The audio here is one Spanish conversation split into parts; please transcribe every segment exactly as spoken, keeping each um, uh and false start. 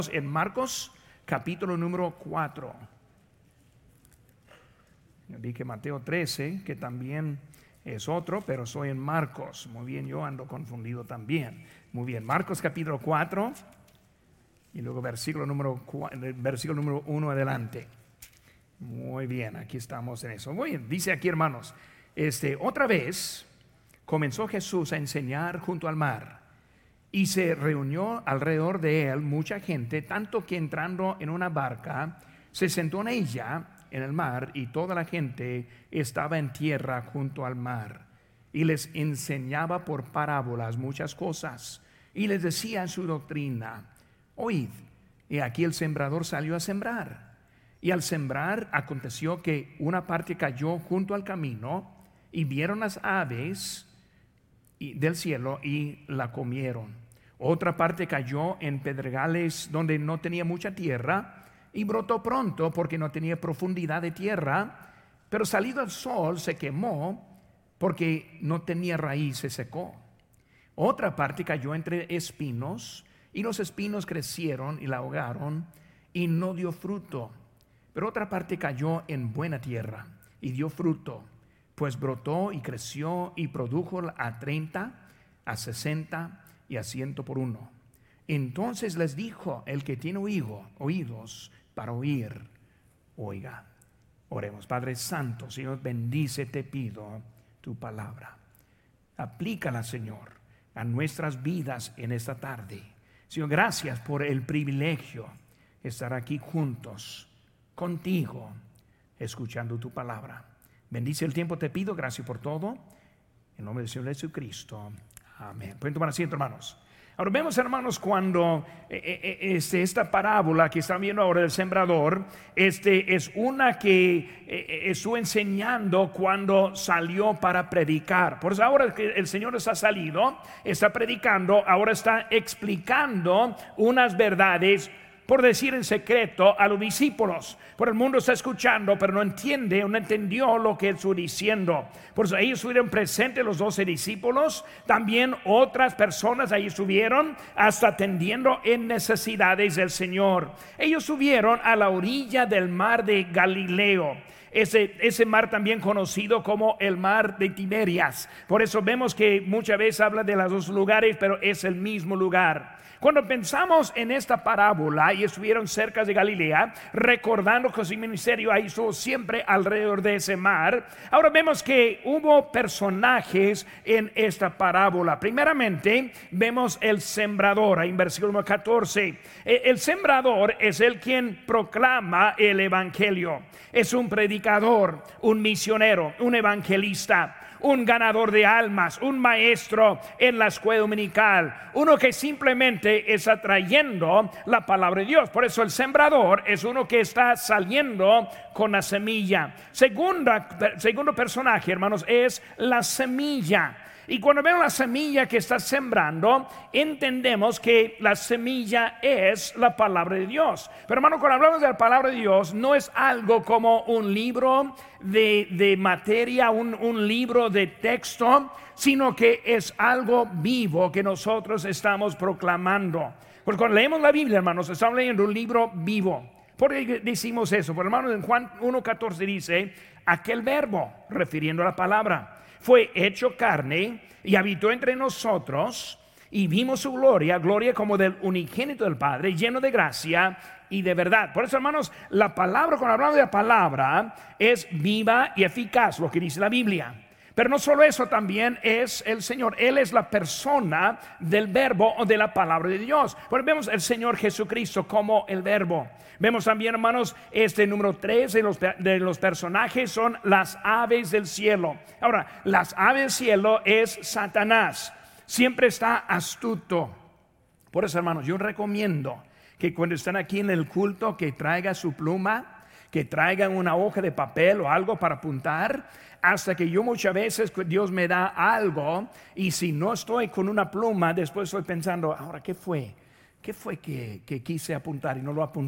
En Marcos capítulo número cuatro. Yo dije Mateo trece, que también es otro, pero soy en Marcos. Muy bien, yo ando confundido también. Muy bien, Marcos capítulo cuatro y luego versículo número, versículo número uno adelante. Muy bien, aquí estamos en eso. Muy bien, dice aquí, hermanos, este, otra vez comenzó Jesús a enseñar junto al mar. Y se reunió alrededor de él mucha gente, tanto que entrando en una barca, se sentó en ella en el mar, y toda la gente estaba en tierra junto al mar. Y les enseñaba por parábolas muchas cosas, y les decía en su doctrina: oíd, y aquí el sembrador salió a sembrar. Y al sembrar aconteció que una parte cayó junto al camino, y vieron las aves del cielo y la comieron. Otra parte cayó en pedregales donde no tenía mucha tierra, y brotó pronto porque no tenía profundidad de tierra, pero salido el sol se quemó porque no tenía raíz, se secó. Otra parte cayó entre espinos, y los espinos crecieron y la ahogaron, y no dio fruto. Pero otra parte cayó en buena tierra y dio fruto, pues brotó y creció y produjo a treinta, a sesenta y a ciento por uno. Entonces les dijo: el que tiene oído, oídos para oír, oiga. Oremos. Padre Santo, Señor, bendice, te pido, tu palabra. Aplícala, Señor, a nuestras vidas en esta tarde. Señor, gracias por el privilegio de estar aquí juntos contigo, escuchando tu palabra. Bendice el tiempo, te pido, gracias por todo. En nombre del Señor Jesucristo. Amén. Pueden tomar asiento, hermanos. Ahora vemos, hermanos, cuando eh, eh, este, esta parábola que están viendo ahora del sembrador, este, es una que eh, estuvo enseñando cuando salió para predicar. Por eso ahora que el Señor está salido, está predicando, ahora está explicando unas verdades, por decir en secreto, a los discípulos. Por el mundo está escuchando, pero no entiende o no entendió lo que estuvo diciendo. Por eso ahí estuvieron presentes los doce discípulos. También otras personas ahí estuvieron, hasta atendiendo en necesidades del Señor. Ellos subieron a la orilla del mar de Galileo. Ese, ese mar también conocido como el mar de Tiberias. Por eso vemos que muchas veces habla de los dos lugares, pero es el mismo lugar. Cuando pensamos en esta parábola y estuvieron cerca de Galilea, recordando que su ministerio ahí estuvo siempre alrededor de ese mar, ahora vemos que hubo personajes en esta parábola. Primeramente vemos el sembrador, ahí en versículo catorce. El sembrador es el quien proclama el evangelio. Es un predicador, un misionero, un evangelista, un ganador de almas, un maestro en la escuela dominical, uno que simplemente está trayendo la palabra de Dios. Por eso el sembrador es uno que está saliendo con la semilla. Segunda, segundo personaje, hermanos, es la semilla. Y cuando vemos la semilla que está sembrando, entendemos que la semilla es la palabra de Dios. Pero hermano, cuando hablamos de la palabra de Dios, no es algo como un libro de, de materia, un, un libro de texto, sino que es algo vivo que nosotros estamos proclamando. Porque cuando leemos la Biblia, hermanos, estamos leyendo un libro vivo. ¿Por qué decimos eso? Por hermanos, en Juan uno catorce dice: aquel verbo, refiriendo a la palabra, fue hecho carne y habitó entre nosotros, y vimos su gloria, gloria como del unigénito del Padre, lleno de gracia y de verdad. Por eso, hermanos, la palabra, cuando hablamos de la palabra, es viva y eficaz, lo que dice la Biblia. Pero no solo eso, también es el Señor. Él es la persona del verbo o de la palabra de Dios. Pues vemos el Señor Jesucristo como el verbo. Vemos también, hermanos, este número tres de los, de los personajes son las aves del cielo. Ahora, las aves del cielo es Satanás. Siempre está astuto. Por eso, hermanos, yo recomiendo que cuando están aquí en el culto, que traigan su pluma, que traigan una hoja de papel o algo para apuntar, hasta que yo muchas veces Dios me da algo, y si no estoy con una pluma, después estoy pensando: ahora, ¿qué fue? ¿Qué fue que, que quise apuntar y no lo apunté?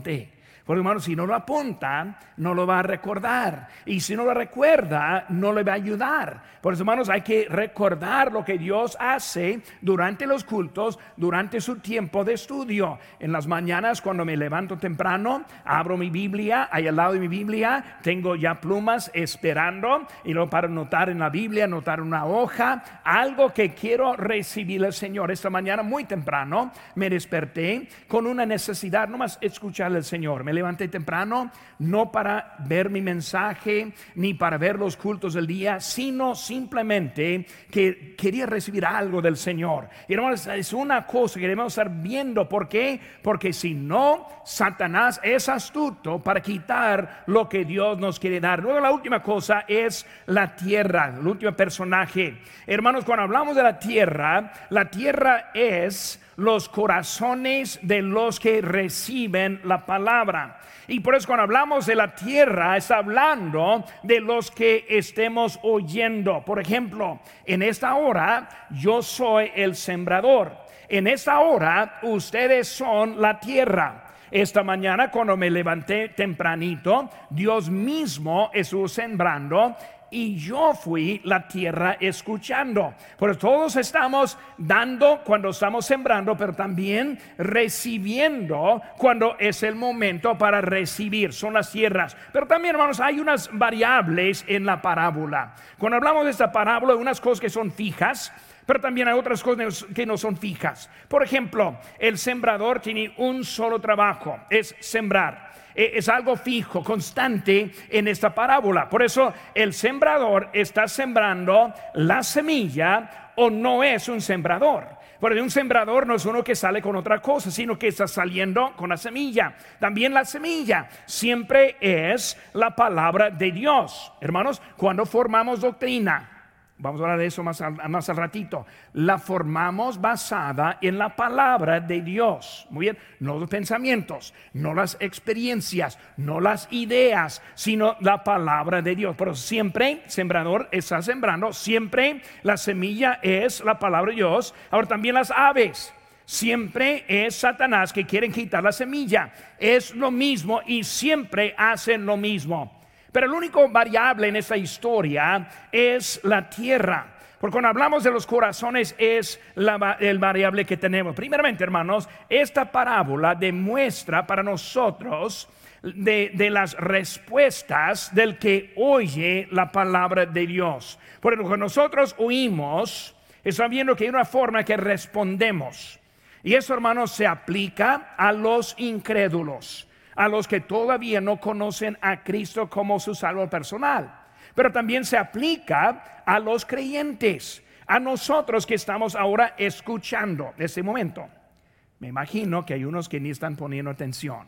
Por hermano, si no lo apunta, no lo va a recordar. Y si no lo recuerda, no le va a ayudar. Por eso, hermanos, hay que recordar lo que Dios hace durante los cultos, durante su tiempo de estudio. En las mañanas, cuando me levanto temprano, abro mi Biblia, ahí al lado de mi Biblia, tengo ya plumas esperando, y luego para anotar en la Biblia, anotar una hoja, algo que quiero recibir del Señor. Esta mañana, muy temprano, me desperté con una necesidad, nomás escucharle al Señor. Me levanté temprano, no para ver mi mensaje ni para ver los cultos del día, sino simplemente que quería recibir algo del Señor. Y hermanos, es una cosa que debemos estar viendo. ¿Por qué? Porque si no, Satanás es astuto para quitar lo que Dios nos quiere dar. Luego la última cosa es la tierra, el último personaje. Hermanos, cuando hablamos de la tierra, la tierra es los corazones de los que reciben la palabra. Y por eso cuando hablamos de la tierra, está hablando de los que estemos oyendo. Por ejemplo, en esta hora yo soy el sembrador. En esta hora ustedes son la tierra. Esta mañana cuando me levanté tempranito, Dios mismo estuvo sembrando y yo fui la tierra escuchando. Pues todos estamos dando cuando estamos sembrando, pero también recibiendo cuando es el momento para recibir. Son las tierras. Pero también, hermanos, hay unas variables en la parábola. Cuando hablamos de esta parábola, hay unas cosas que son fijas, pero también hay otras cosas que no son fijas. Por ejemplo, el sembrador tiene un solo trabajo, es sembrar. Es algo fijo, constante en esta parábola. Por eso el sembrador está sembrando la semilla, o no es un sembrador. Porque un sembrador no es uno que sale con otra cosa, sino que está saliendo con la semilla. También la semilla siempre es la palabra de Dios. Hermanos, cuando formamos doctrina, vamos a hablar de eso más al, más al ratito, la formamos basada en la palabra de Dios. Muy bien, no los pensamientos, no las experiencias, no las ideas, sino la palabra de Dios. Pero siempre sembrador está sembrando, siempre la semilla es la palabra de Dios. Ahora también las aves, siempre es Satanás que quiere quitar la semilla. Es lo mismo y siempre hacen lo mismo. Pero el único variable en esta historia es la tierra. Porque cuando hablamos de los corazones es la, el variable que tenemos. Primeramente, hermanos, esta parábola demuestra para nosotros de, de las respuestas del que oye la palabra de Dios. Porque cuando nosotros oímos, estamos viendo que hay una forma que respondemos. Y eso, hermanos, se aplica a los incrédulos, a los que todavía no conocen a Cristo como su Salvador personal. Pero también se aplica a los creyentes, a nosotros que estamos ahora escuchando en este momento. Me imagino que hay unos que ni están poniendo atención.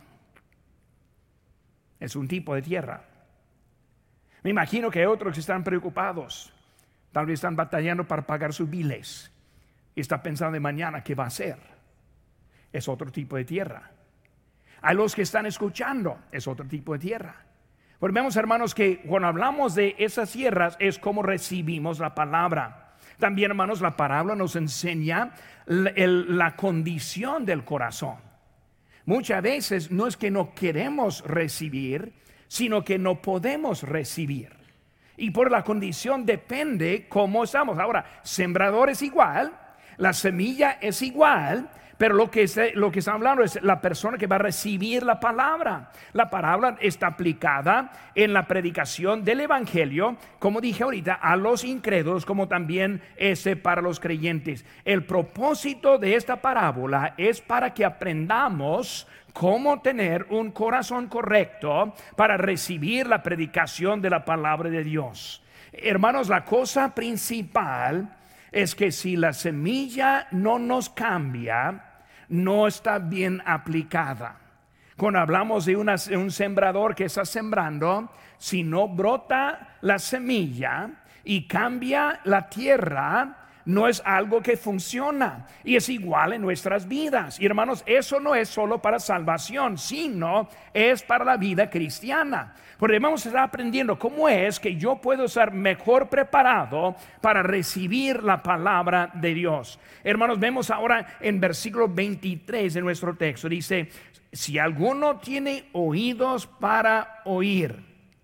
Es un tipo de tierra. Me imagino que hay otros que están preocupados. Tal vez están batallando para pagar sus biles y están pensando de mañana qué va a hacer. Es otro tipo de tierra. A los que están escuchando, es otro tipo de tierra. Pues vemos, hermanos, que cuando hablamos de esas tierras es como recibimos la palabra. También, hermanos, la parábola nos enseña la, el, la condición del corazón. Muchas veces no es que no queremos recibir, sino que no podemos recibir. Y por la condición depende cómo estamos. Ahora, sembrador es igual, la semilla es igual, pero lo que, es, lo que está hablando es la persona que va a recibir la palabra. La palabra está aplicada en la predicación del evangelio, como dije ahorita, a los incrédulos, como también ese para los creyentes. El propósito de esta parábola es para que aprendamos cómo tener un corazón correcto para recibir la predicación de la palabra de Dios. Hermanos, la cosa principal es que si la semilla no nos cambia, no está bien aplicada. Cuando hablamos de, una, de un sembrador que está sembrando, si no brota la semilla y cambia la tierra, no es algo que funciona. Y es igual en nuestras vidas. Y hermanos, eso no es solo para salvación, sino es para la vida cristiana. Porque vamos a estar aprendiendo cómo es que yo puedo estar mejor preparado para recibir la palabra de Dios. Hermanos, vemos ahora en versículo veintitrés de nuestro texto. Dice: si alguno tiene oídos para oír,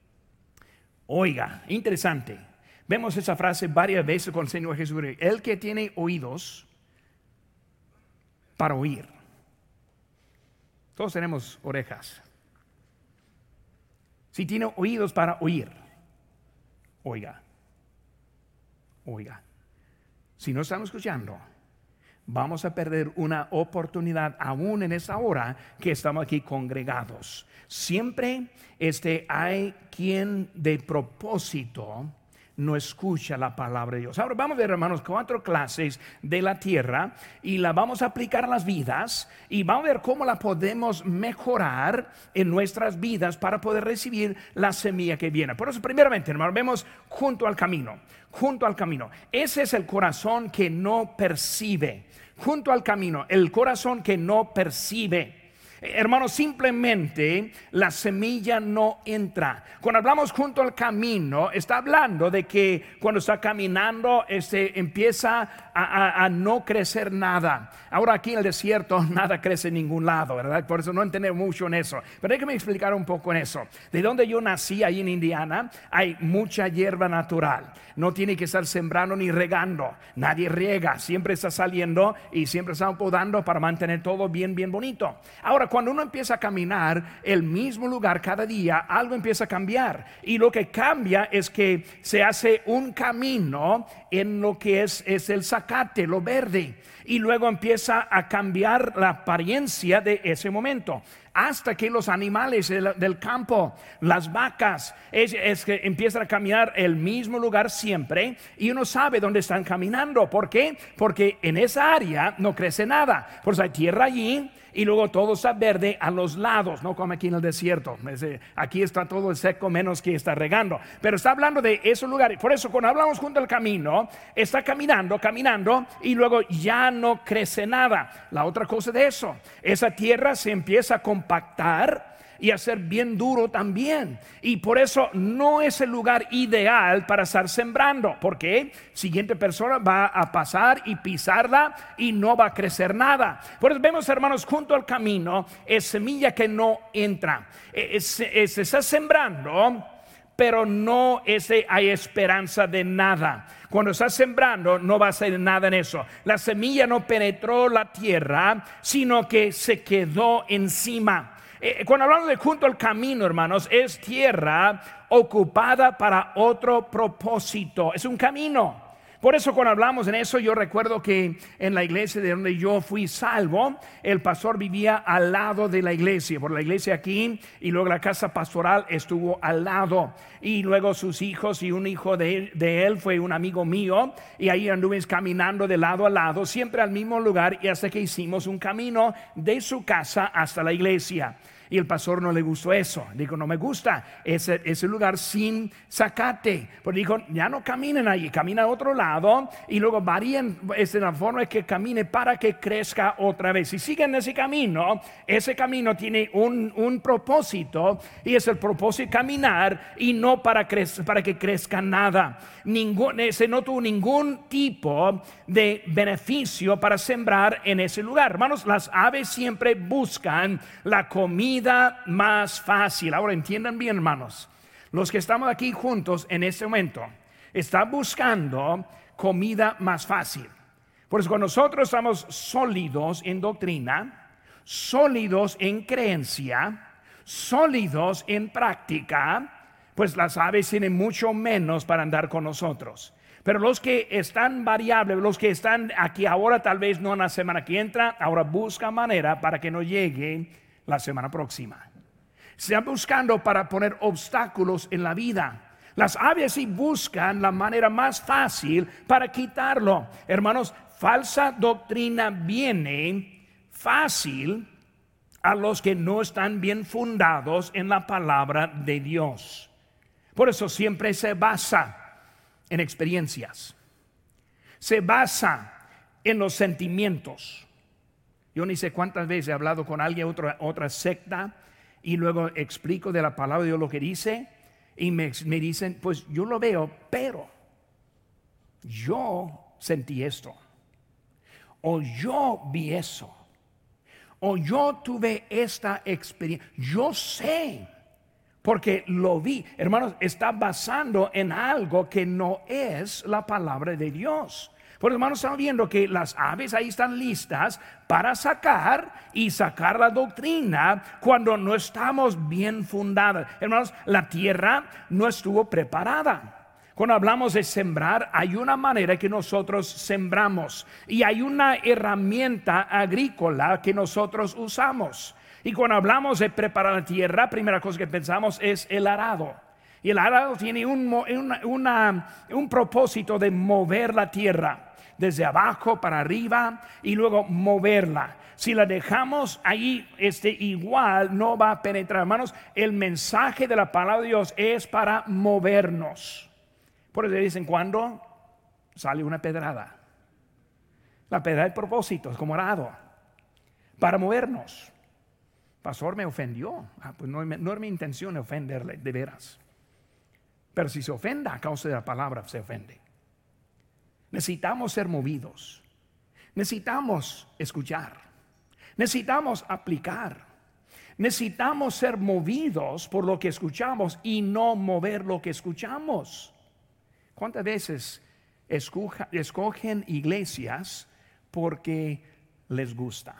oiga. Interesante. Vemos esa frase varias veces con el Señor Jesús. El que tiene oídos para oír. Todos tenemos orejas. Si tiene oídos para oír, oiga. Oiga. Si no estamos escuchando, vamos a perder una oportunidad aún en esa hora que estamos aquí congregados. Siempre este, hay quien de propósito no escucha la palabra de Dios. Ahora vamos a ver, hermanos, cuatro clases de la tierra y la vamos a aplicar a las vidas y vamos a ver cómo la podemos mejorar en nuestras vidas para poder recibir la semilla que viene. Por eso, primeramente, hermanos, vemos junto al camino, junto al camino. Ese es el corazón que no percibe. Junto al camino, el corazón que no percibe. Hermanos, simplemente la semilla no entra. Cuando hablamos junto al camino, está hablando de que cuando está caminando, este, empieza a, a, a no crecer nada. Ahora aquí en el desierto nada crece en ningún lado, ¿verdad? Por eso no entendemos mucho en eso. Pero déjame explicar un poco en eso. De donde yo nací, ahí en Indiana, hay mucha hierba natural. No tiene que estar sembrando ni regando. Nadie riega, siempre está saliendo y siempre está podando para mantener todo bien, bien bonito. Ahora, cuando uno empieza a caminar el mismo lugar cada día, algo empieza a cambiar. Y lo que cambia es que se hace un camino en lo que es, es el zacate, lo verde. Y luego empieza a cambiar la apariencia de ese momento. Hasta que los animales del, del campo, las vacas, es, es que empiezan a caminar el mismo lugar siempre. Y uno sabe dónde están caminando. ¿Por qué? Porque en esa área no crece nada. Por eso hay tierra allí. Y luego todo está verde a los lados, no como aquí en el desierto. Aquí está todo seco menos que está regando. Pero está hablando de esos lugares. Por eso cuando hablamos junto al camino, está caminando, caminando y luego ya no crece nada. La otra cosa de eso, esa tierra se empieza a compactar y a ser bien duro también. Y por eso no es el lugar ideal para estar sembrando. Porque siguiente persona va a pasar y pisarla y no va a crecer nada. Por eso vemos, hermanos, junto al camino es semilla que no entra. Se está sembrando, pero no es, hay esperanza de nada. Cuando estás sembrando no va a ser nada en eso. La semilla no penetró la tierra, sino que se quedó encima. Cuando hablamos de junto al camino, hermanos, es tierra ocupada para otro propósito. Es un camino. Por eso cuando hablamos en eso, yo recuerdo que en la iglesia de donde yo fui salvo, el pastor vivía al lado de la iglesia. Por la iglesia aquí y luego la casa pastoral estuvo al lado. Y luego sus hijos y un hijo de él, de él fue un amigo mío. Y ahí anduvimos caminando de lado a lado, siempre al mismo lugar. Y hasta que hicimos un camino de su casa hasta la iglesia. Y el pastor no le gustó eso. Dijo, no me gusta ese, ese lugar sin zacate. Porque dijo, ya no caminen allí, camina a otro lado. Y luego varíen es la forma que camine para que crezca otra vez. Si siguen ese camino, ese camino tiene un, un propósito. Y es el propósito de caminar y no para, cre- para que crezca nada. Ningún, ese no tuvo ningún tipo de beneficio para sembrar en ese lugar. Hermanos, las aves siempre buscan la comida más fácil. Ahora entiendan bien, hermanos, los que estamos aquí juntos en este momento están buscando comida más fácil. Por eso cuando nosotros estamos sólidos en doctrina, sólidos en creencia, sólidos en práctica, pues las aves tienen mucho menos para andar con nosotros. Pero los que están variables, los que están aquí ahora, tal vez no en la semana que entra, ahora buscan manera para que no llegue la semana próxima. Se están buscando para poner obstáculos en la vida. Las aves sí buscan la manera más fácil para quitarlo. Hermanos, falsa doctrina viene fácil a los que no están bien fundados en la palabra de Dios. Por eso siempre se basa en experiencias. Se basa en los sentimientos. Yo ni sé cuántas veces he hablado con alguien, otra, otra secta, y luego explico de la palabra de Dios lo que dice, y me, me dicen, pues yo lo veo, pero yo sentí esto, o yo vi eso, o yo tuve esta experiencia. Yo sé, porque lo vi. Hermanos, está basando en algo que no es la palabra de Dios. Por hermanos, estamos viendo que las aves ahí están listas para sacar y sacar la doctrina cuando no estamos bien fundadas. Hermanos, la tierra no estuvo preparada. Cuando hablamos de sembrar, hay una manera que nosotros sembramos y hay una herramienta agrícola que nosotros usamos. Y cuando hablamos de preparar la tierra, primera cosa que pensamos es el arado. Y el arado tiene un, una, una, un propósito de mover la tierra desde abajo para arriba y luego moverla. Si la dejamos ahí este, igual, no va a penetrar. Hermanos, el mensaje de la palabra de Dios es para movernos. Por eso de vez en cuando sale una pedrada. La pedrada de propósito, es como arado, para movernos. Pastor, me ofendió. Ah, pues no, no es mi intención ofenderle, de veras. Pero si se ofenda a causa de la palabra, se ofende. Necesitamos ser movidos. Necesitamos escuchar. Necesitamos aplicar. Necesitamos ser movidos por lo que escuchamos y no mover lo que escuchamos. ¿Cuántas veces escoja, escogen iglesias porque les gusta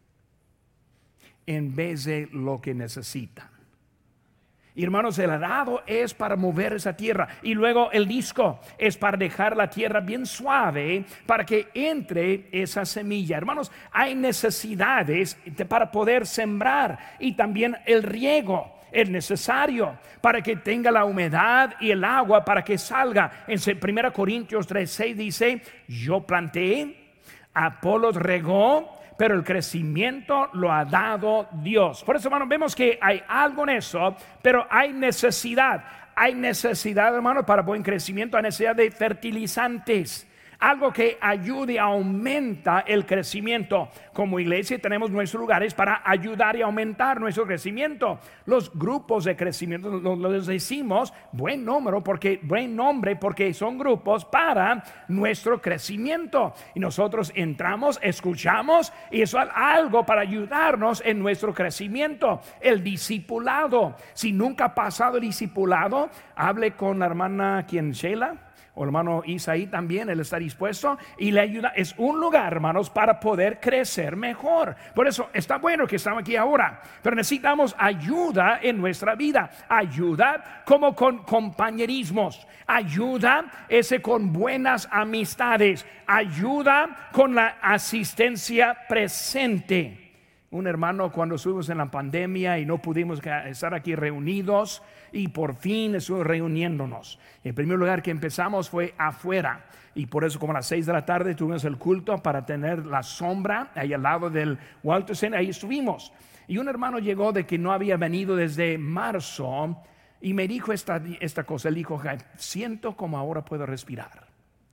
en vez de lo que necesitan? Y hermanos, el arado es para mover esa tierra. Y luego el disco es para dejar la tierra bien suave para que entre esa semilla. Hermanos, hay necesidades para poder sembrar. Y también el riego es necesario para que tenga la humedad y el agua para que salga. En primera Corintios tres seis dice: yo planté, Apolos regó, pero el crecimiento lo ha dado Dios. Por eso, hermanos, vemos que hay algo en eso, pero hay necesidad. Hay necesidad, hermanos, para buen crecimiento. Hay necesidad de fertilizantes. Algo que ayude, aumenta el crecimiento. Como iglesia tenemos nuestros lugares para ayudar y aumentar nuestro crecimiento. Los grupos de crecimiento los decimos buen número porque buen nombre porque son grupos para nuestro crecimiento. Y nosotros entramos, escuchamos y eso es algo para ayudarnos en nuestro crecimiento. El discipulado. Si nunca ha pasado el discipulado, hable con la hermana quien Sheila o hermano Isaí también, él está dispuesto y le ayuda. Es un lugar, hermanos, para poder crecer mejor. Por eso está bueno que estamos aquí ahora, pero necesitamos ayuda en nuestra vida. Ayuda como con compañerismos, ayuda ese con buenas amistades, ayuda con la asistencia presente. Un hermano, cuando estuvimos en la pandemia y no pudimos estar aquí reunidos, y por fin estuvimos reuniéndonos. El primer lugar que empezamos fue afuera, y por eso como a las seis de la tarde tuvimos el culto para tener la sombra ahí al lado del Walter Center. Ahí estuvimos, y un hermano llegó de que no había venido desde marzo y me dijo esta, esta cosa. Él dijo: siento como ahora puedo respirar.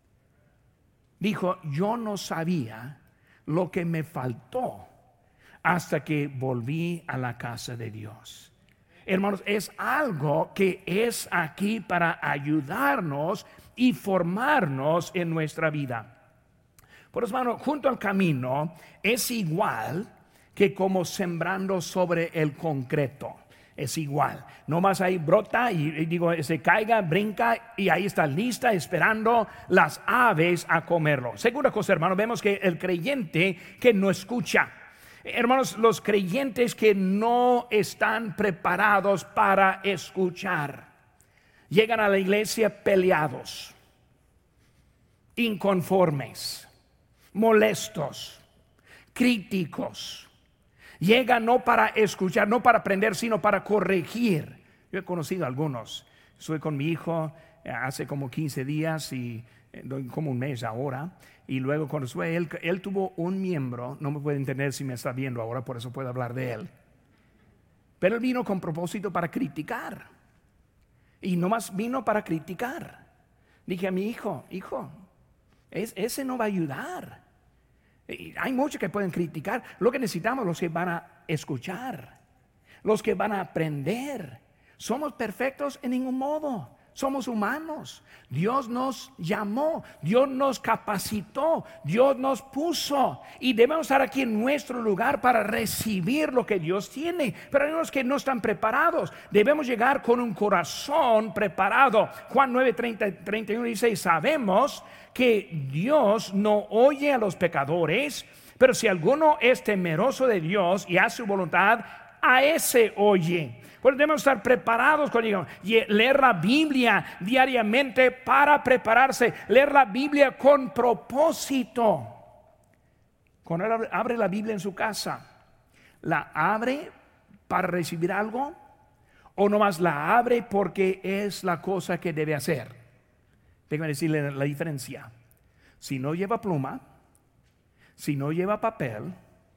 Dijo: yo no sabía lo que me faltó hasta que volví a la casa de Dios. Hermanos, es algo que es aquí para ayudarnos y formarnos en nuestra vida. Por eso, hermano, junto al camino es igual que como sembrando sobre el concreto. Es igual, nomás ahí brota y, y digo, se caiga, brinca y ahí está lista esperando las aves a comerlo. Segunda cosa, hermano, vemos que el creyente que no escucha. Hermanos, los creyentes que no están preparados para escuchar llegan a la iglesia peleados, inconformes, molestos, críticos. Llegan no para escuchar, no para aprender, sino para corregir. Yo he conocido a algunos. Estuve con mi hijo hace como quince días y como un mes ahora. Y luego cuando fue él, él tuvo un miembro, no me puede entender si me está viendo ahora, por eso puedo hablar de él. Pero él vino con propósito para criticar. Y nomás vino para criticar. Dije a mi hijo: hijo, es, ese no va a ayudar. Y hay muchos que pueden criticar. Lo que necesitamos los que van a escuchar, los que van a aprender. ¿Somos perfectos? En ningún modo. Somos humanos. Dios nos llamó, Dios nos capacitó, Dios nos puso y debemos estar aquí en nuestro lugar para recibir lo que Dios tiene. Pero hay unos que no están preparados. Debemos llegar con un corazón preparado. Juan nueve, treinta, treinta y uno dice: sabemos que Dios no oye a los pecadores, pero si alguno es temeroso de Dios y hace su voluntad, a ese oye. Pues debemos estar preparados con ello, y leer la Biblia diariamente para prepararse, leer la Biblia con propósito. Cuando abre la Biblia en su casa, ¿la abre para recibir algo o nomás la abre porque es la cosa que debe hacer? Déjame decirle la diferencia. Si no lleva pluma, si no lleva papel,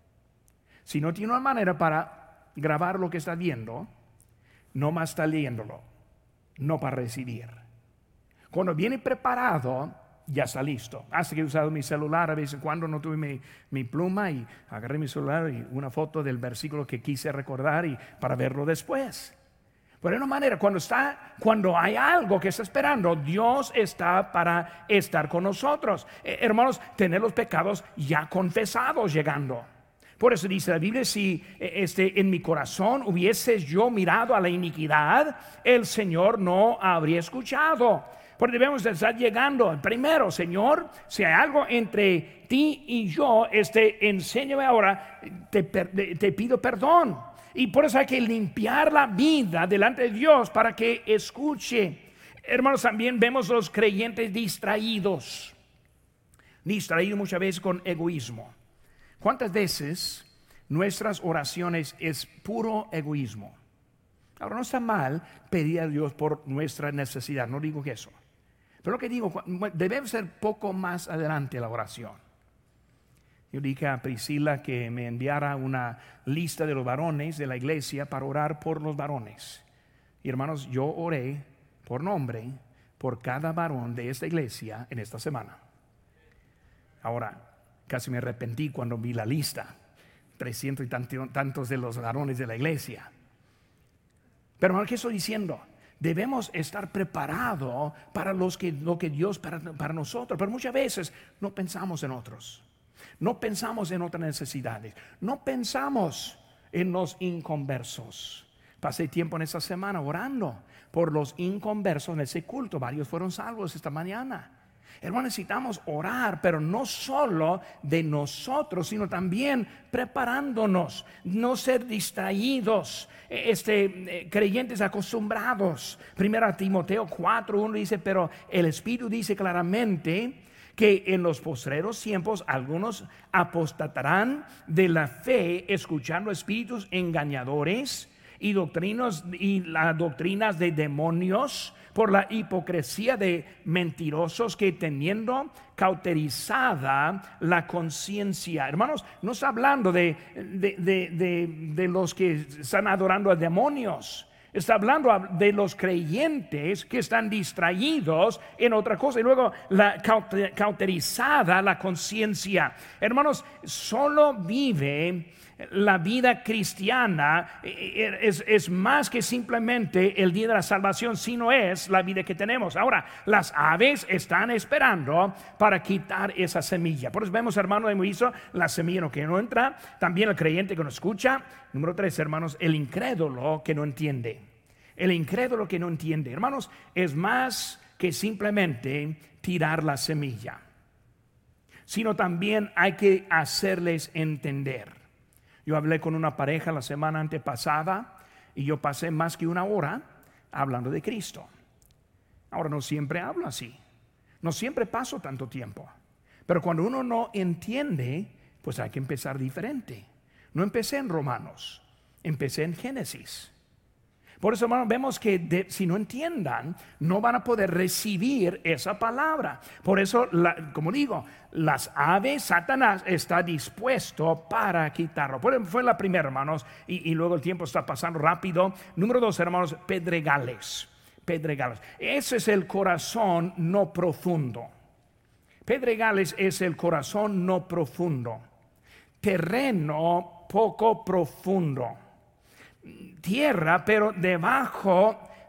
si no tiene una manera para grabar lo que está viendo, no más está leyéndolo, no para recibir. Cuando viene preparado, ya está listo. Hasta que he usado mi celular a veces cuando no tuve mi, mi pluma, y agarré mi celular y una foto del versículo que quise recordar y para verlo después. Pero de una manera, cuando está, cuando hay algo que está esperando, Dios está para estar con nosotros. Eh, hermanos, tener los pecados ya confesados llegando. Por eso dice la Biblia: si este, en mi corazón hubiese yo mirado a la iniquidad, el Señor no habría escuchado. Porque debemos de estar llegando. Primero, Señor, si hay algo entre ti y yo, este, enséñame ahora, te, te pido perdón. Y por eso hay que limpiar la vida delante de Dios para que escuche. Hermanos, también vemos los creyentes distraídos. Distraídos muchas veces con egoísmo. ¿Cuántas veces nuestras oraciones es puro egoísmo? Ahora, no está mal pedir a Dios por nuestra necesidad, no digo que eso. Pero lo que digo, debemos ser poco más adelante la oración. Yo dije a Priscila que me enviara una lista de los varones de la iglesia para orar por los varones. Y hermanos, yo oré por nombre por cada varón de esta iglesia en esta semana. Ahora, casi me arrepentí cuando vi la lista, trescientos y tantos de los varones de la iglesia. Pero hermano, ¿qué estoy diciendo? Debemos estar preparados para los que, lo que Dios para, para nosotros. Pero muchas veces no pensamos en otros, no pensamos en otras necesidades, no pensamos en los inconversos. Pasé tiempo en esta semana orando por los inconversos en ese culto. Varios fueron salvos esta mañana. Hermanos, necesitamos orar, pero no solo de nosotros, sino también preparándonos, no ser distraídos, este, creyentes acostumbrados. Primera Timoteo cuatro uno dice: pero el Espíritu dice claramente que en los postreros tiempos algunos apostatarán de la fe, escuchando espíritus engañadores y doctrinas, y las doctrinas de demonios, por la hipocresía de mentirosos que teniendo cauterizada la conciencia. Hermanos, no está hablando de, de, de, de, de los que están adorando a demonios. Está hablando de los creyentes que están distraídos en otra cosa. Y luego la cauterizada la conciencia. Hermanos, solo vive la vida cristiana es, es más que simplemente el día de la salvación, sino es la vida que tenemos. Ahora, las aves están esperando para quitar esa semilla. Por eso vemos, hermano, hemos visto la semilla que no entra, también el creyente que no escucha. Número tres, hermanos, el incrédulo que no entiende. El incrédulo que no entiende, hermanos, es más que simplemente tirar la semilla, sino también hay que hacerles entender. Yo hablé con una pareja la semana antepasada y yo pasé más que una hora hablando de Cristo. Ahora, no siempre hablo así, no siempre paso tanto tiempo, pero cuando uno no entiende, pues hay que empezar diferente. No empecé en Romanos, empecé en Génesis. Por eso, hermanos, vemos que de, si no entiendan, no van a poder recibir esa palabra. Por eso, la, como digo, las aves, Satanás está dispuesto para quitarlo. Por eso fue la primera, hermanos, y, y luego el tiempo está pasando rápido. Número dos, hermanos, pedregales. Pedregales. Ese es el corazón no profundo. Pedregales es el corazón no profundo. Terreno poco profundo. Tierra, pero debajo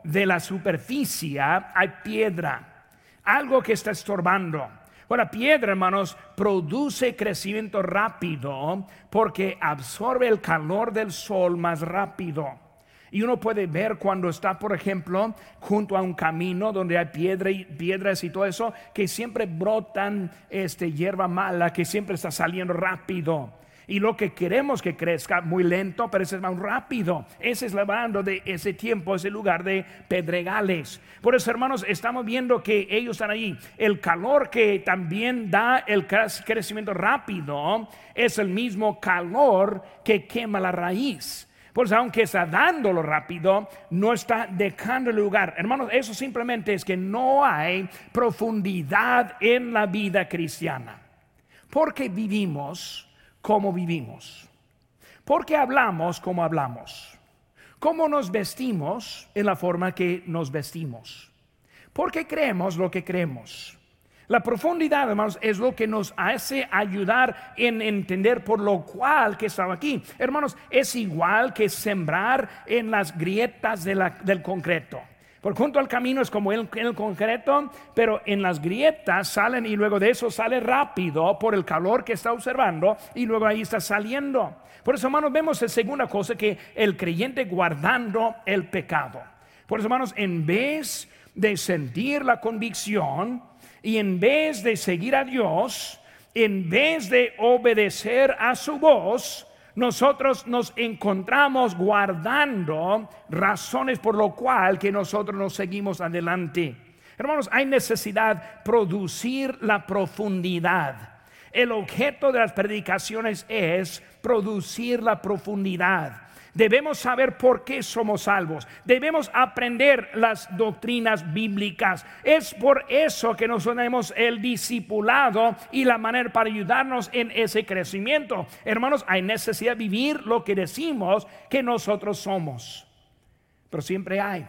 de la superficie hay piedra, algo que está estorbando. Bueno, la piedra, hermanos, produce crecimiento rápido porque absorbe el calor del sol más rápido. Y uno puede ver cuando está, por ejemplo, junto a un camino donde hay piedra y, piedras y todo eso, que siempre brotan este, hierba mala, que siempre está saliendo rápido. Y lo que queremos que crezca muy lento, pero ese es más rápido. Ese es hablando de ese tiempo, ese lugar de pedregales. Por eso, hermanos, estamos viendo que ellos están allí. El calor que también da el crecimiento rápido es el mismo calor que quema la raíz. Pues aunque está dándolo rápido, no está dejando el lugar. Hermanos, eso simplemente es que no hay profundidad en la vida cristiana. Porque vivimos como vivimos. Porque hablamos como hablamos. Cómo nos vestimos en la forma que nos vestimos. Porque creemos lo que creemos. La profundidad, hermanos, es lo que nos hace ayudar en entender por lo cual que estaba aquí. Hermanos, es igual que sembrar en las grietas de la, del concreto. Por junto al camino es como en el concreto, pero en las grietas salen y luego de eso sale rápido por el calor que está observando y luego ahí está saliendo. Por eso, hermanos, vemos la segunda cosa, que el creyente guardando el pecado. Por eso, hermanos, en vez de sentir la convicción y en vez de seguir a Dios, en vez de obedecer a su voz, nosotros nos encontramos guardando razones por lo cual que nosotros nos seguimos adelante. Hermanos, hay necesidad de producir la profundidad. El objeto de las predicaciones es producir la profundidad. Debemos saber por qué somos salvos. Debemos aprender las doctrinas bíblicas. Es por eso que nosotros tenemos el discipulado y la manera para ayudarnos en ese crecimiento. Hermanos, hay necesidad de vivir lo que decimos que nosotros somos. Pero siempre hay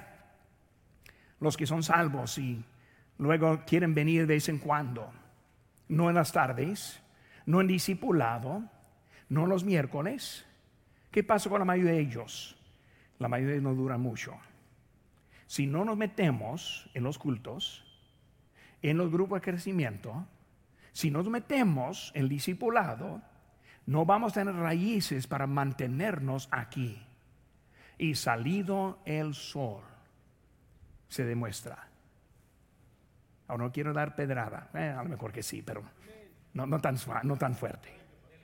los que son salvos y luego quieren venir de vez en cuando. No en las tardes, no en discipulado, no los miércoles. ¿Qué pasa con la mayoría de ellos? La mayoría no dura mucho. Si no nos metemos en los cultos, en los grupos de crecimiento, si nos metemos en el discipulado, no vamos a tener raíces para mantenernos aquí. Y salido el sol, se demuestra. Ahora no quiero dar pedrada, eh, a lo mejor que sí, pero no, no, tan, no tan fuerte.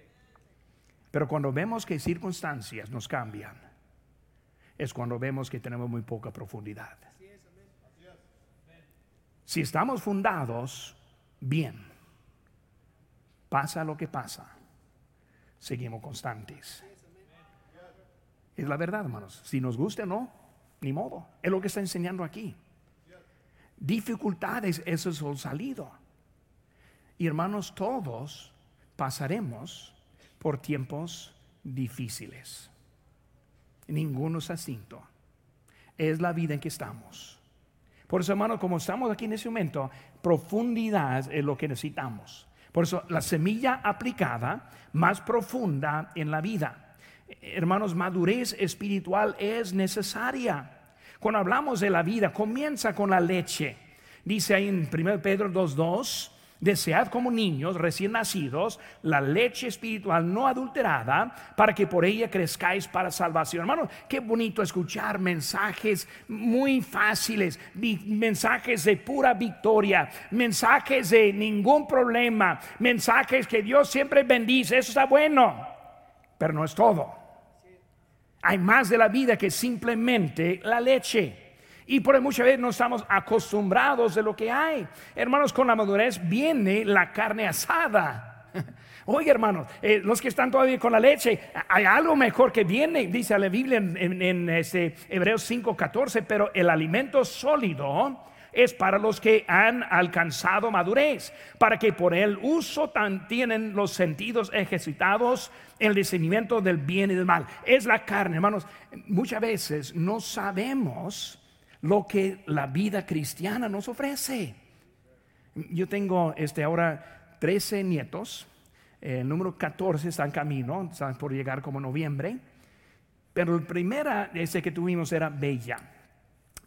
Pero cuando vemos que circunstancias nos cambian, es cuando vemos que tenemos muy poca profundidad. Si estamos fundados bien, pasa lo que pasa, seguimos constantes. Es la verdad, hermanos. Si nos gusta o no, ni modo. Es lo que está enseñando aquí. Dificultades, eso es el salido. Y hermanos, todos pasaremos por tiempos difíciles. Ninguno es extinto. Es la vida en que estamos. Por eso, hermano, como estamos aquí en ese momento, profundidad es lo que necesitamos. Por eso la semilla aplicada más profunda en la vida. Hermanos, madurez espiritual es necesaria. Cuando hablamos de la vida, comienza con la leche. Dice ahí en primero Pedro dos dos: desead como niños recién nacidos la leche espiritual no adulterada, para que por ella crezcáis para salvación. Hermanos, qué bonito escuchar mensajes muy fáciles, mensajes de pura victoria, mensajes de ningún problema, mensajes que Dios siempre bendice. Eso está bueno, pero no es todo. Hay más de la vida que simplemente la leche. Y por muchas veces no estamos acostumbrados de lo que hay. Hermanos, con la madurez viene la carne asada. Oye, hermanos, eh, los que están todavía con la leche, hay algo mejor que viene. Dice la Biblia en, en, en este Hebreos cinco catorce: pero el alimento sólido es para los que han alcanzado madurez, para que por el uso tan tienen los sentidos ejercitados en el discernimiento del bien y del mal. Es la carne, hermanos. Muchas veces no sabemos lo que la vida cristiana nos ofrece. Yo tengo este, ahora trece nietos. El número catorce está en camino, están por llegar como noviembre. Pero el primera ese que tuvimos era Bella.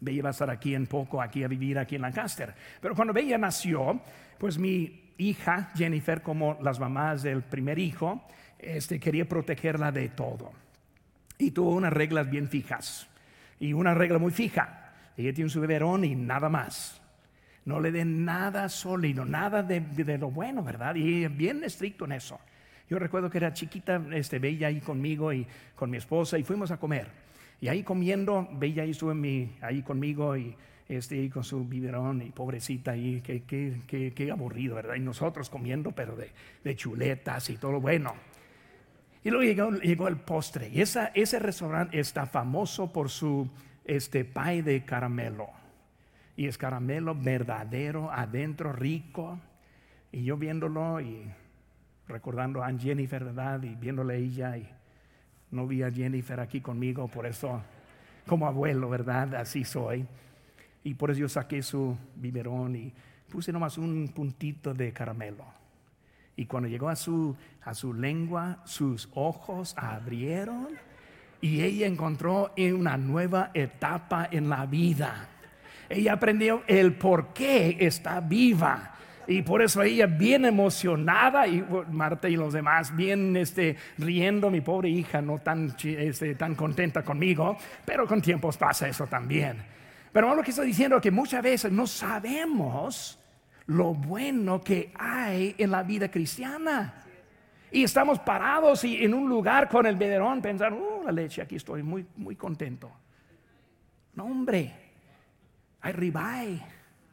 Bella va a estar aquí en poco, aquí a vivir aquí en Lancaster. Pero cuando Bella nació, pues mi hija Jennifer, como las mamás del primer hijo, este, quería protegerla de todo. Y tuvo unas reglas bien fijas. Y una regla muy fija: ella tiene su biberón y nada más. No le den nada sólido, nada de, de lo bueno, ¿verdad? Y bien estricto en eso. Yo recuerdo que era chiquita, este, Bella ahí conmigo y con mi esposa, y fuimos a comer. Y ahí comiendo, Bella ahí estuvo en mi, ahí conmigo y este, ahí con su biberón, y pobrecita ahí, qué, qué, qué, qué aburrido, ¿verdad? Y nosotros comiendo, pero de, de chuletas y todo lo bueno. Y luego llegó, llegó el postre. Y esa, ese restaurante está famoso por su este, pie de caramelo. Y es caramelo verdadero, adentro rico. Y yo viéndolo y recordando a Jennifer, ¿verdad? Y viéndole a ella, y no vi a Jennifer aquí conmigo, por eso como abuelo, ¿verdad? Así soy. Y por eso yo saqué su biberón y puse nomás un puntito de caramelo. Y cuando llegó a su, a su lengua, sus ojos abrieron y ella encontró una nueva etapa en la vida. Ella aprendió el por qué está viva. Y por eso ella bien emocionada, y Marta y los demás bien este, riendo. Mi pobre hija no tan, este, tan contenta conmigo, pero con tiempos pasa eso también. Pero lo que estoy diciendo es que muchas veces no sabemos lo bueno que hay en la vida cristiana. Y estamos parados y en un lugar con el biberón pensando, uh, la leche, aquí estoy muy, muy contento. No, hombre, hay ribeye,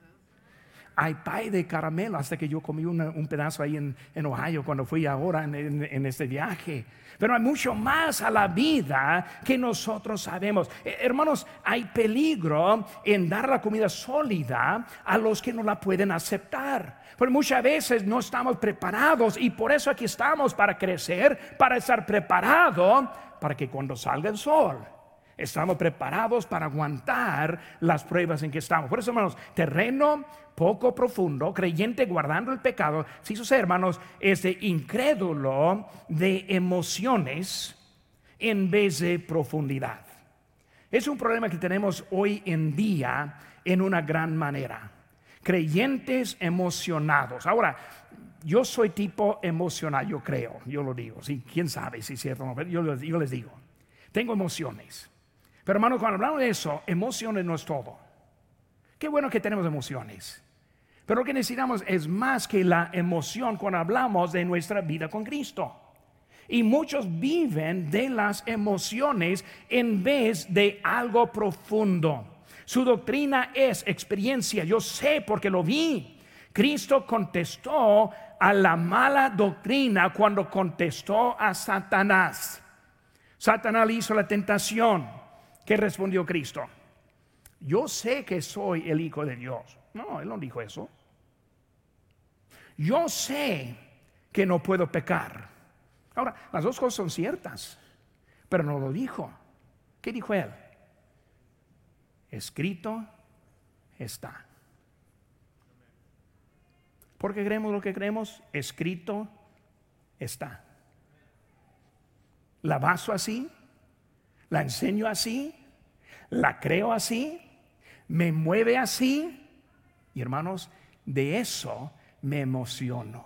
hay pie de caramelo, hasta que yo comí una, un pedazo ahí en, en Ohio cuando fui ahora en, en, en este viaje. Pero hay mucho más a la vida que nosotros sabemos. Eh, hermanos, hay peligro en dar la comida sólida a los que no la pueden aceptar. Porque muchas veces no estamos preparados, y por eso aquí estamos, para crecer, para estar preparado, para que cuando salga el sol estamos preparados para aguantar las pruebas en que estamos. Por eso, hermanos, terreno poco profundo, creyente guardando el pecado, si sus hermanos, es de incrédulo de emociones en vez de profundidad. Es un problema que tenemos hoy en día en una gran manera. Creyentes emocionados. Ahora, yo soy tipo emocional, yo creo, yo lo digo. Sí, quién sabe si es cierto o no, pero yo, yo les digo, tengo emociones. Pero hermano, cuando hablamos de eso, emociones no es todo. Qué bueno que tenemos emociones, pero lo que necesitamos es más que la emoción cuando hablamos de nuestra vida con Cristo. Y muchos viven de las emociones en vez de algo profundo. Su doctrina es experiencia. Yo sé porque lo vi. Cristo contestó a la mala doctrina cuando contestó a Satanás. Satanás le hizo la tentación. ¿Qué respondió Cristo? Yo sé que soy el Hijo de Dios. No, él no dijo eso. Yo sé que no puedo pecar. Ahora, las dos cosas son ciertas, pero no lo dijo. ¿Qué dijo él? Escrito está. ¿Por qué creemos lo que creemos? Escrito está. La baso así, la enseño así, la creo así, me mueve así. Y hermanos, de eso me emociono.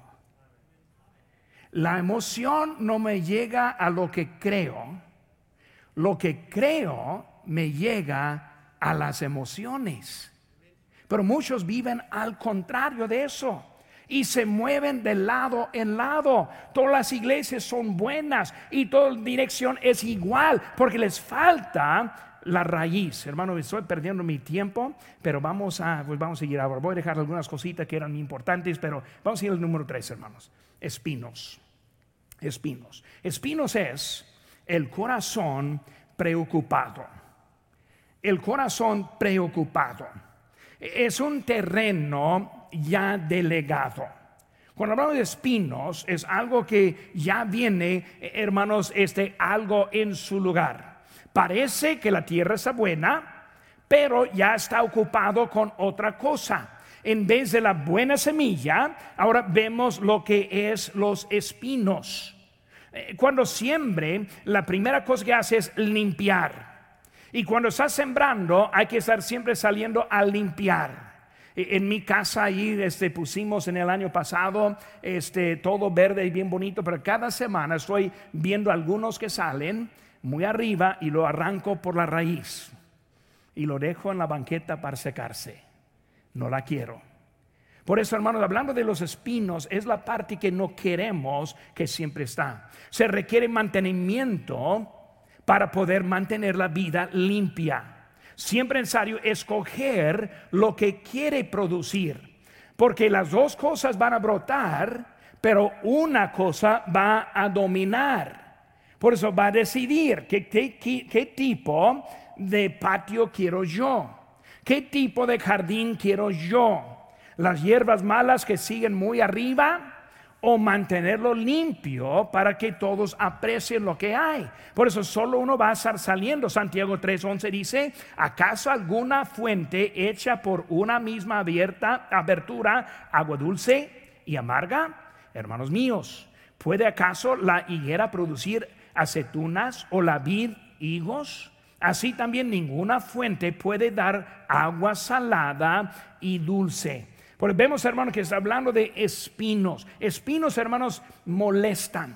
La emoción no me llega a lo que creo. Lo que creo me llega a las emociones. Pero muchos viven al contrario de eso y se mueven de lado en lado. Todas las iglesias son buenas y toda dirección es igual, porque les falta la raíz. Hermano, estoy perdiendo mi tiempo, pero vamos a, pues vamos a seguir ahora. Voy a dejar algunas cositas que eran importantes, pero vamos a ir al número tres, hermanos. Espinos. Espinos. Espinos es el corazón preocupado. El corazón preocupado es un terreno ya delegado. Cuando hablamos de espinos, es algo que ya viene, hermanos, este, algo en su lugar. Parece que la tierra está buena, pero ya está ocupado con otra cosa. En vez de la buena semilla, ahora vemos lo que es los espinos. Cuando siembre, la primera cosa que hace es limpiar. Y cuando estás sembrando, hay que estar siempre saliendo a limpiar. En mi casa ahí este, pusimos en el año pasado este, todo verde y bien bonito, pero cada semana estoy viendo algunos que salen muy arriba y lo arranco por la raíz y lo dejo en la banqueta para secarse. No la quiero. Por eso, hermanos, hablando de los espinos, es la parte que no queremos que siempre está. Se requiere mantenimiento para poder mantener la vida limpia. Siempre es necesario escoger lo que quiere producir, porque las dos cosas van a brotar, pero una cosa va a dominar. Por eso va a decidir qué, qué, qué, qué tipo de patio quiero yo, qué tipo de jardín quiero yo. Las hierbas malas que siguen muy arriba, o mantenerlo limpio para que todos aprecien lo que hay. Por eso solo uno va a estar saliendo. Santiago tres once dice: ¿acaso alguna fuente hecha por una misma abierta abertura, agua dulce y amarga? Hermanos míos, ¿puede acaso la higuera producir aceitunas o la vid higos? Así también ninguna fuente puede dar agua salada y dulce. Porque vemos, hermanos, que está hablando de espinos. Espinos, hermanos, molestan,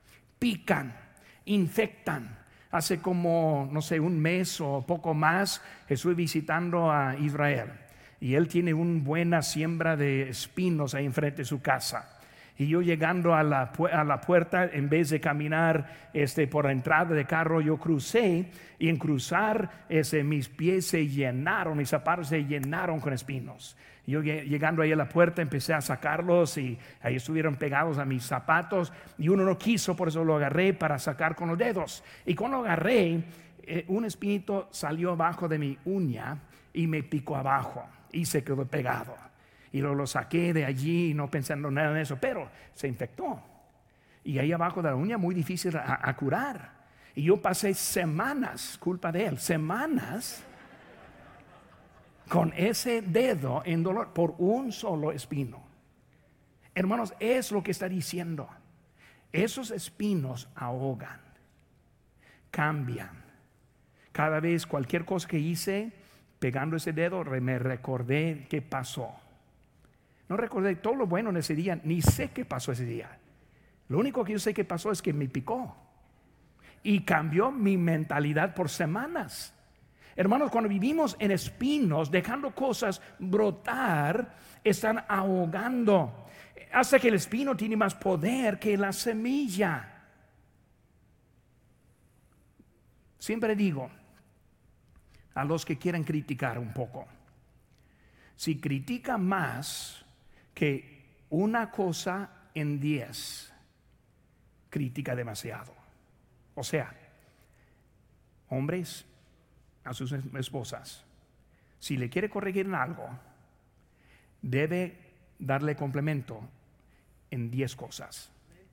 pican, infectan. Hace como, no sé, un mes o poco más, estuve visitando a Israel. Y él tiene una buena siembra de espinos ahí enfrente de su casa. Y yo llegando a la, a la puerta, en vez de caminar este, por la entrada de carro, yo crucé. Y en cruzar, ese, mis pies se llenaron, mis zapatos se llenaron con espinos. Yo llegando ahí a la puerta empecé a sacarlos y ahí estuvieron pegados a mis zapatos. Y uno no quiso, por eso lo agarré para sacar con los dedos. Y cuando lo agarré, eh, un espinito salió abajo de mi uña y me picó abajo y se quedó pegado. Y lo, lo saqué de allí, no pensando nada en eso, pero se infectó. Y ahí abajo de la uña muy difícil a, a curar. Y yo pasé semanas, culpa de él, semanas con ese dedo en dolor por un solo espino. Hermanos, es lo que está diciendo. Esos espinos ahogan, cambian. Cada vez cualquier cosa que hice, pegando ese dedo, me recordé qué pasó. No recordé todo lo bueno en ese día, ni sé qué pasó ese día. Lo único que yo sé que pasó es que me picó y cambió mi mentalidad por semanas. Hermanos, cuando vivimos en espinos, dejando cosas brotar, están ahogando. Hace que el espino tiene más poder que la semilla. Siempre digo a los que quieren criticar un poco: si critica más que una cosa en diez, critica demasiado. O sea, hombres, a sus esposas, si le quiere corregir en algo, debe darle complemento en diez cosas.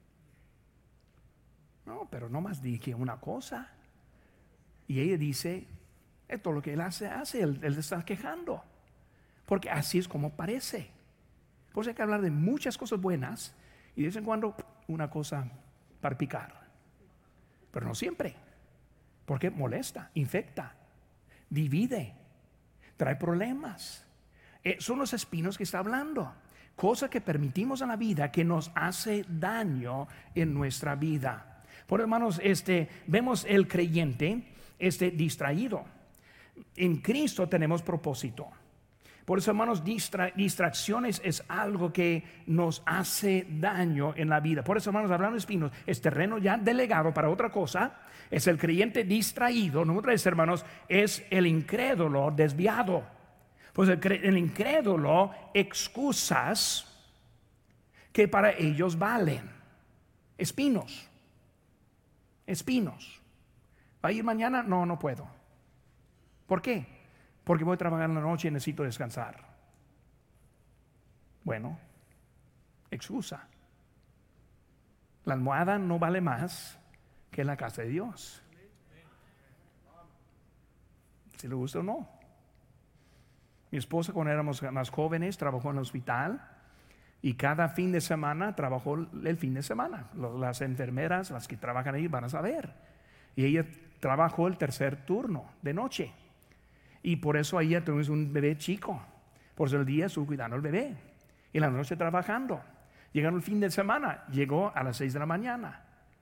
No, pero no más dije una cosa. Y ella dice: esto lo que él hace, hace, él, él está quejando. Porque así es como parece. Por eso hay que hablar de muchas cosas buenas y de vez en cuando una cosa para picar. Pero no siempre. Porque molesta, infecta, divide, trae problemas. Eh, son los espinos que está hablando. Cosa que permitimos en la vida que nos hace daño en nuestra vida. Por hermanos, este, vemos el creyente este, distraído. En Cristo tenemos propósito. Por eso, hermanos, distra, distracciones es algo que nos hace daño en la vida. Por eso, hermanos, hablando de espinos, es terreno ya delegado para otra cosa. Es el creyente distraído. Número tres, hermanos, es el incrédulo desviado. Pues el, el incrédulo, excusas que para ellos valen. Espinos. Espinos. ¿Va a ir mañana? No, no puedo. ¿Por qué? Porque voy a trabajar en la noche y necesito descansar. Bueno, excusa. La almohada no vale más que la casa de Dios. Si le gusta o no. Mi esposa, cuando éramos más jóvenes, trabajó en el hospital y cada fin de semana trabajó el fin de semana. Las enfermeras, las que trabajan ahí, van a saber. Y ella trabajó el tercer turno de noche. Y por eso ahí tuvimos un bebé chico. Por eso el día estuvo cuidando al bebé. Y la noche trabajando. Llegando el fin de semana, llegó a las seis de la mañana.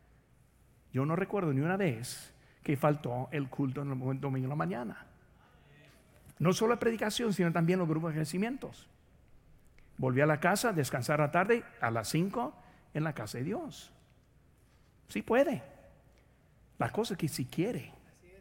Yo no recuerdo ni una vez que faltó el culto en el domingo en la mañana. No solo la predicación, sino también los grupos de crecimientos. Volví a la casa, descansar a la tarde, a las cinco en la casa de Dios. Sí puede. La cosa es que si quiere.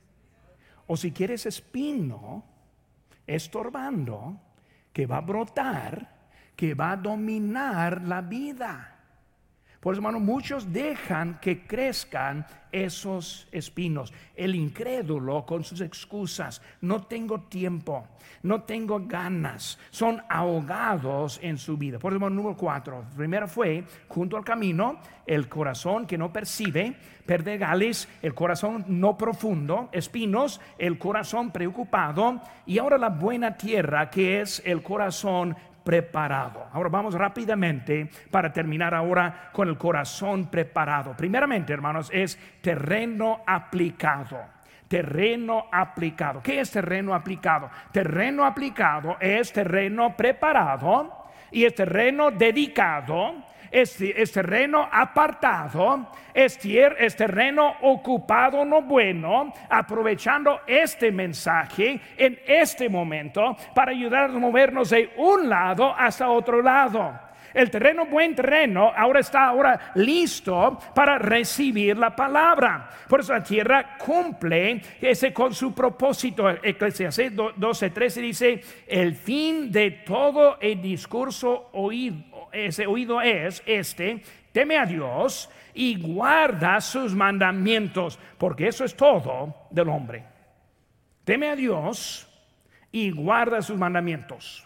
O si quiere ese espino estorbando, que va a brotar, que va a dominar la vida. Por eso, hermano, muchos dejan que crezcan esos espinos. El incrédulo con sus excusas: no tengo tiempo, no tengo ganas, son ahogados en su vida. Por eso, hermano, número cuatro. Primero fue junto al camino, el corazón que no percibe, pedregales, el corazón no profundo, espinos, el corazón preocupado, y ahora la buena tierra, que es el corazón preparado. Ahora vamos rápidamente para terminar ahora con el corazón preparado. Primeramente, hermanos, es terreno aplicado. Terreno aplicado. ¿Qué es terreno aplicado? Terreno aplicado es terreno preparado y es terreno dedicado. Es, es terreno apartado, es, tier, es terreno ocupado, no bueno, aprovechando este mensaje en este momento para ayudarnos a movernos de un lado hasta otro lado. El terreno, buen terreno, ahora está ahora listo para recibir la palabra. Por eso la tierra cumple ese con su propósito. Eclesiastés doce trece dice: el fin de todo el discurso oído, ese oído es este: teme a Dios y guarda sus mandamientos, porque eso es todo del hombre. Teme a Dios y guarda sus mandamientos.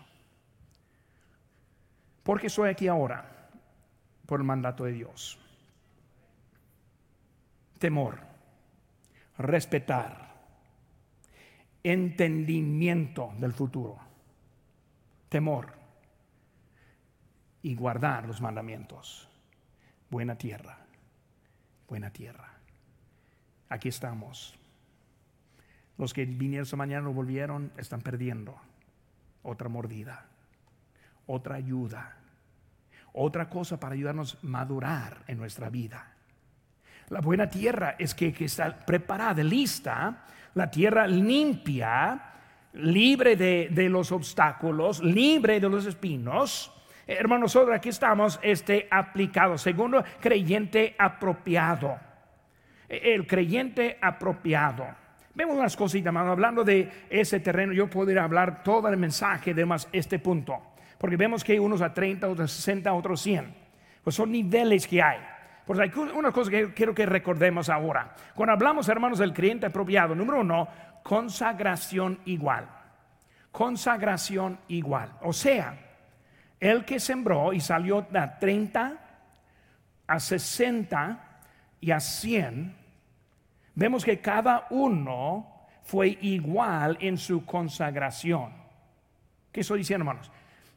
Porque estoy aquí ahora por el mandato de Dios. Temor, respetar, entendimiento del futuro, temor y guardar los mandamientos. Buena tierra, buena tierra. Aquí estamos. Los que vinieron esta mañana no volvieron, están perdiendo otra mordida, otra ayuda, otra cosa para ayudarnos a madurar en nuestra vida. La buena tierra es que, que está preparada, lista, la tierra limpia, libre de, de los obstáculos, libre de los espinos. Eh, hermanos, nosotros aquí estamos este, aplicados. Segundo, creyente apropiado. El creyente apropiado. Vemos unas cositas, hermano, hablando de ese terreno. Yo podría hablar todo el mensaje de más este punto, porque vemos que hay unos a treinta, otros a sesenta, otros cien. Pues son niveles que hay. Pues hay una cosa que quiero que recordemos ahora. Cuando hablamos, hermanos, del creyente apropiado, número uno, consagración igual. Consagración igual. O sea, el que sembró y salió de treinta a sesenta y a cien, vemos que cada uno fue igual en su consagración. ¿Qué estoy diciendo, hermanos?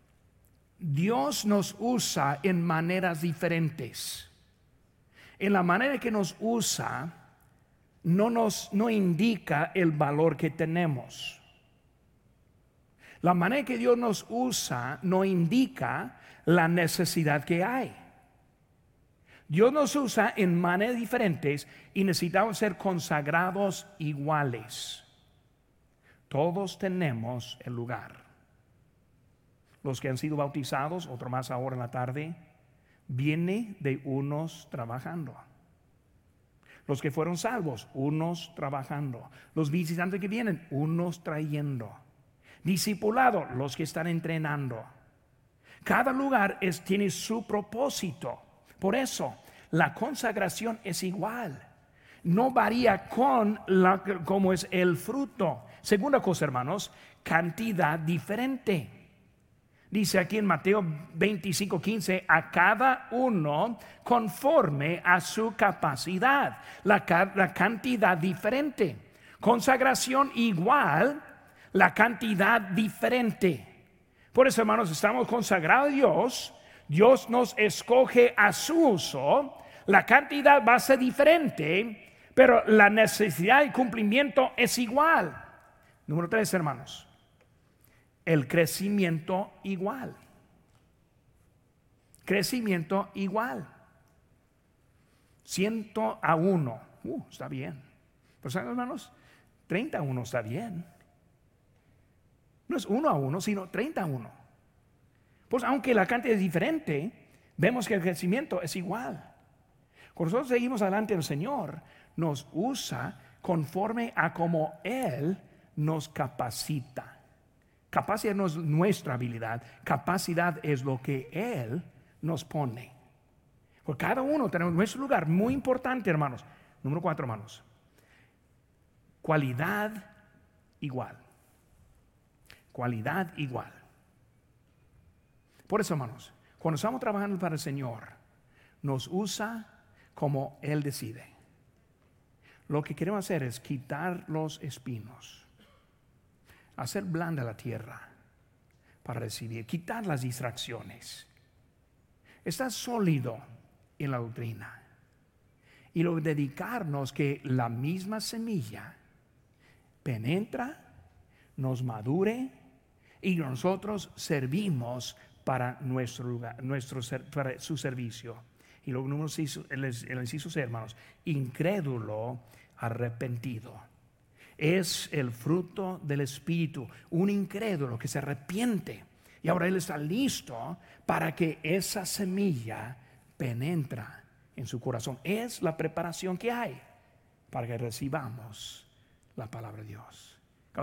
Dios nos usa en maneras diferentes. En la manera que nos usa, no nos no indica el valor que tenemos. La manera que Dios nos usa no indica la necesidad que hay. Dios nos usa en maneras diferentes y necesitamos ser consagrados iguales. Todos tenemos el lugar. Los que han sido bautizados, otro más ahora en la tarde, viene de unos trabajando. Los que fueron salvos, unos trabajando. Los visitantes que vienen, unos trayendo. Discipulado, los que están entrenando. Cada lugar es, tiene su propósito. Por eso, la consagración es igual. No varía con la, como es el fruto. Segunda cosa, hermanos, cantidad diferente. Dice aquí en Mateo veinticinco quince: a cada uno conforme a su capacidad. La, la cantidad diferente. Consagración igual, la cantidad diferente. Por eso, hermanos, estamos consagrados a Dios. Dios nos escoge a su uso. La cantidad va a ser diferente, pero la necesidad y cumplimiento es igual. Número tres, hermanos, el crecimiento igual. Crecimiento igual. Ciento a uno. Uh, está bien. Pero ¿saben, hermanos? Treinta a uno está bien. No es uno a uno, sino treinta a uno. Pues aunque la cantidad es diferente, vemos que el crecimiento es igual. Cuando nosotros seguimos adelante, el Señor nos usa conforme a como Él nos capacita. Capacidad no es nuestra habilidad, capacidad es lo que Él nos pone. Por cada uno tenemos nuestro lugar, muy importante, hermanos. Número cuatro, hermanos. Cualidad igual. Cualidad igual. Por eso, hermanos, cuando estamos trabajando para el Señor, nos usa como Él decide. Lo que queremos hacer es quitar los espinos, hacer blanda la tierra para recibir, quitar las distracciones. Está sólido en la doctrina y luego dedicarnos que la misma semilla penetra, nos madure y nosotros servimos para nuestro lugar, nuestro, para su servicio. Y luego número seis, el, el inciso C, hermanos, incrédulo arrepentido. Es el fruto del Espíritu, un incrédulo que se arrepiente y ahora él está listo para que esa semilla penetra en su corazón. Es la preparación que hay para que recibamos la palabra de Dios.